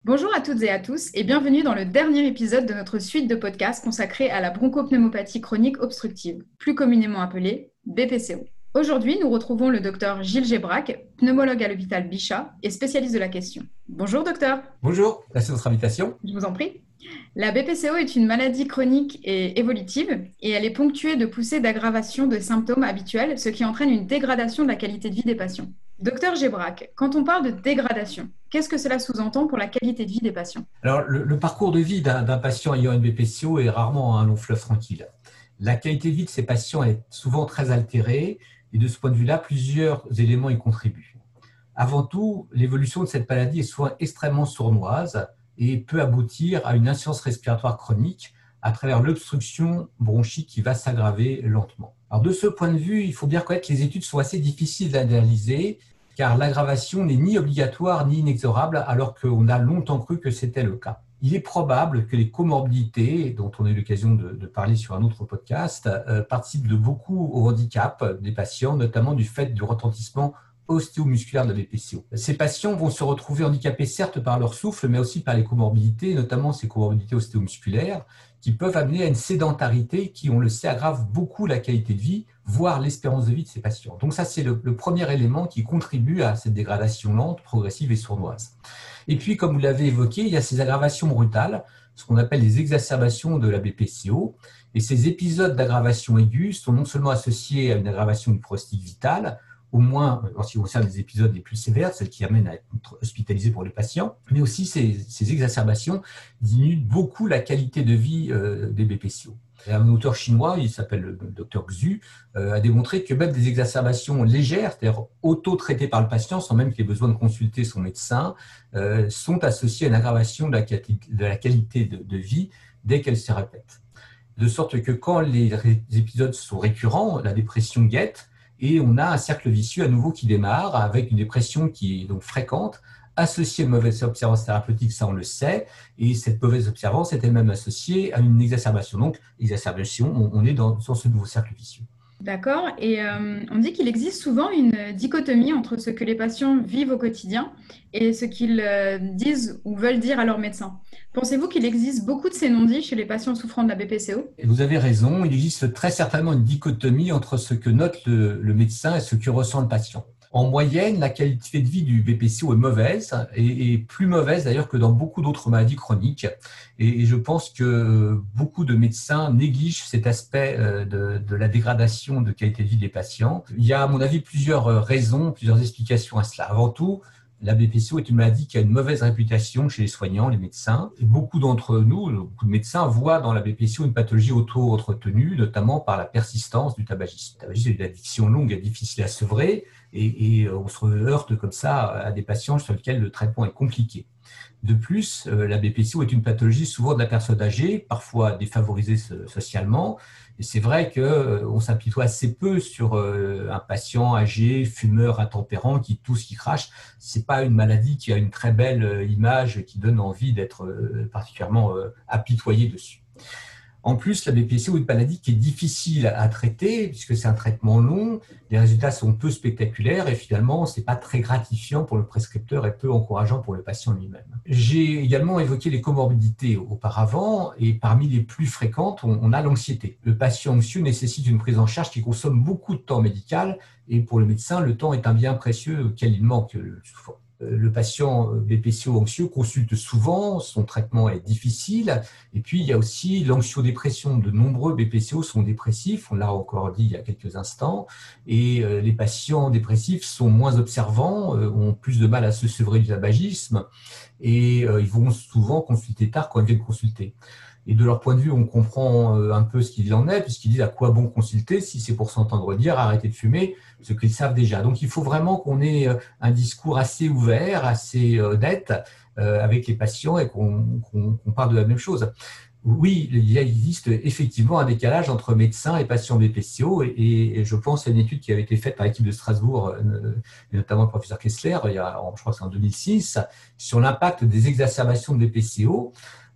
Bonjour à toutes et à tous et bienvenue dans le dernier épisode de notre suite de podcasts consacrée à la bronchopneumopathie chronique obstructive, plus communément appelée BPCO. Aujourd'hui, nous retrouvons le docteur Gilles Gébrac, pneumologue à l'hôpital Bichat et spécialiste de la question. Bonjour docteur. Bonjour, merci de votre invitation. Je vous en prie. La BPCO est une maladie chronique et évolutive et elle est ponctuée de poussées d'aggravation de symptômes habituels, ce qui entraîne une dégradation de la qualité de vie des patients. Docteur Gébrac, quand on parle de dégradation, qu'est-ce que cela sous-entend pour la qualité de vie des patients? Alors, le parcours de vie d'un patient ayant une BPCO est rarement un long fleuve tranquille. La qualité de vie de ces patients est souvent très altérée et de ce point de vue-là, plusieurs éléments y contribuent. Avant tout, l'évolution de cette maladie est souvent extrêmement sournoise et peut aboutir à une insuffisance respiratoire chronique à travers l'obstruction bronchique qui va s'aggraver lentement. Alors, de ce point de vue, il faut bien reconnaître que les études sont assez difficiles d'analyser car l'aggravation n'est ni obligatoire ni inexorable, alors qu'on a longtemps cru que c'était le cas. Il est probable que les comorbidités, dont on a eu l'occasion de parler sur un autre podcast, participent de beaucoup au handicap des patients, notamment du fait du retentissement ostéomusculaire de la BPCO. Ces patients vont se retrouver handicapés certes par leur souffle, mais aussi par les comorbidités, notamment ces comorbidités ostéomusculaires, qui peuvent amener à une sédentarité qui, on le sait, aggrave beaucoup la qualité de vie, voire l'espérance de vie de ces patients. Donc ça, c'est le premier élément qui contribue à cette dégradation lente, progressive et sournoise. Et puis, comme vous l'avez évoqué, il y a ces aggravations brutales, ce qu'on appelle les exacerbations de la BPCO. Et ces épisodes d'aggravation aiguë sont non seulement associés à une aggravation du pronostic vital, au moins en ce qui concerne les épisodes les plus sévères, celles qui amènent à être hospitalisés pour les patients, mais aussi ces exacerbations diminuent beaucoup la qualité de vie des BPCO. Et un auteur chinois, il s'appelle le docteur Xu, a démontré que même des exacerbations légères, c'est-à-dire auto-traitées par le patient, sans même qu'il ait besoin de consulter son médecin, sont associées à une aggravation de la qualité de vie dès qu'elles se répètent. De sorte que quand les épisodes sont récurrents, la dépression guette, et on a un cercle vicieux à nouveau qui démarre avec une dépression qui est donc fréquente, associée à une mauvaise observance thérapeutique, ça on le sait, et cette mauvaise observance est elle-même associée à une exacerbation. Donc, exacerbation, on est dans ce nouveau cercle vicieux. D'accord. Et on dit qu'il existe souvent une dichotomie entre ce que les patients vivent au quotidien et ce qu'ils disent ou veulent dire à leur médecin. Pensez-vous qu'il existe beaucoup de ces non-dits chez les patients souffrant de la BPCO? Et vous avez raison, il existe très certainement une dichotomie entre ce que note le médecin et ce que ressent le patient. En moyenne, la qualité de vie du BPCO est mauvaise et plus mauvaise d'ailleurs que dans beaucoup d'autres maladies chroniques. Et je pense que beaucoup de médecins négligent cet aspect de la dégradation de qualité de vie des patients. Il y a à mon avis plusieurs raisons, plusieurs explications à cela. Avant tout, la BPCO est une maladie qui a une mauvaise réputation chez les soignants, les médecins. Et beaucoup d'entre nous, beaucoup de médecins, voient dans la BPCO une pathologie auto-entretenue, notamment par la persistance du tabagisme. Le tabagisme est une addiction longue et difficile à sevrer, et on se heurte comme ça à des patients sur lesquels le traitement est compliqué. De plus, la BPCO est une pathologie souvent de la personne âgée, parfois défavorisée socialement. Et c'est vrai qu'on s'apitoie assez peu sur un patient âgé, fumeur, intempérant, qui tousse, qui crache. Ce n'est pas une maladie qui a une très belle image, qui donne envie d'être particulièrement apitoyé dessus. En plus, la BPCO est une maladie qui est difficile à traiter puisque c'est un traitement long, les résultats sont peu spectaculaires et finalement, ce n'est pas très gratifiant pour le prescripteur et peu encourageant pour le patient lui-même. J'ai également évoqué les comorbidités auparavant et parmi les plus fréquentes, on a l'anxiété. Le patient anxieux nécessite une prise en charge qui consomme beaucoup de temps médical et pour le médecin, le temps est un bien précieux auquel il manque souvent. Le patient BPCO anxieux consulte souvent, son traitement est difficile. Et puis, il y a aussi l'anxiodépression. De nombreux BPCO sont dépressifs, on l'a encore dit il y a quelques instants. Et les patients dépressifs sont moins observants, ont plus de mal à se sevrer du tabagisme et ils vont souvent consulter tard quand ils viennent consulter. Et de leur point de vue, on comprend un peu ce qu'il en est, puisqu'ils disent à quoi bon consulter si c'est pour s'entendre dire arrêtez de fumer, ce qu'ils savent déjà. Donc il faut vraiment qu'on ait un discours assez ouvert, assez net avec les patients et qu'on parle de la même chose. Oui, il existe effectivement un décalage entre médecins et patients BPCO et je pense à une étude qui avait été faite par l'équipe de Strasbourg, et notamment le professeur Kessler, je crois que c'est en 2006, sur l'impact des exacerbations de BPCO.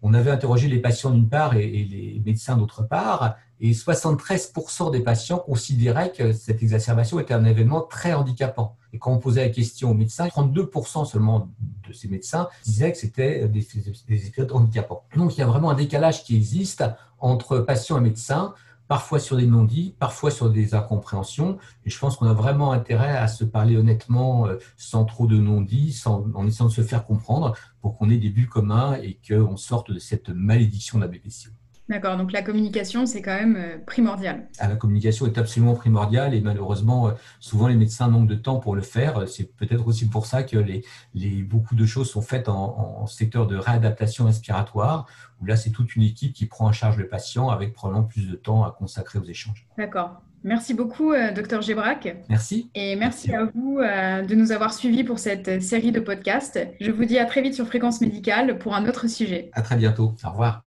On avait interrogé les patients d'une part et les médecins d'autre part, et 73% des patients considéraient que cette exacerbation était un événement très handicapant. Et quand on posait la question aux médecins, 32% seulement de ces médecins disaient que c'était des effets handicapants. Donc il y a vraiment un décalage qui existe entre patients et médecins, parfois sur des non-dits, parfois sur des incompréhensions. Et je pense qu'on a vraiment intérêt à se parler honnêtement, sans trop de non-dits, en essayant de se faire comprendre pour qu'on ait des buts communs et qu'on sorte de cette malédiction de la BPCO. D'accord, donc la communication, c'est quand même primordial. La communication est absolument primordiale et malheureusement, souvent les médecins manquent de temps pour le faire. C'est peut-être aussi pour ça que beaucoup de choses sont faites en secteur de réadaptation respiratoire, où là, c'est toute une équipe qui prend en charge le patient avec probablement plus de temps à consacrer aux échanges. D'accord. Merci beaucoup, Dr Gebrac. Merci. Et merci à vous de nous avoir suivis pour cette série de podcasts. Je vous dis à très vite sur Fréquence Médicale pour un autre sujet. À très bientôt. Au revoir.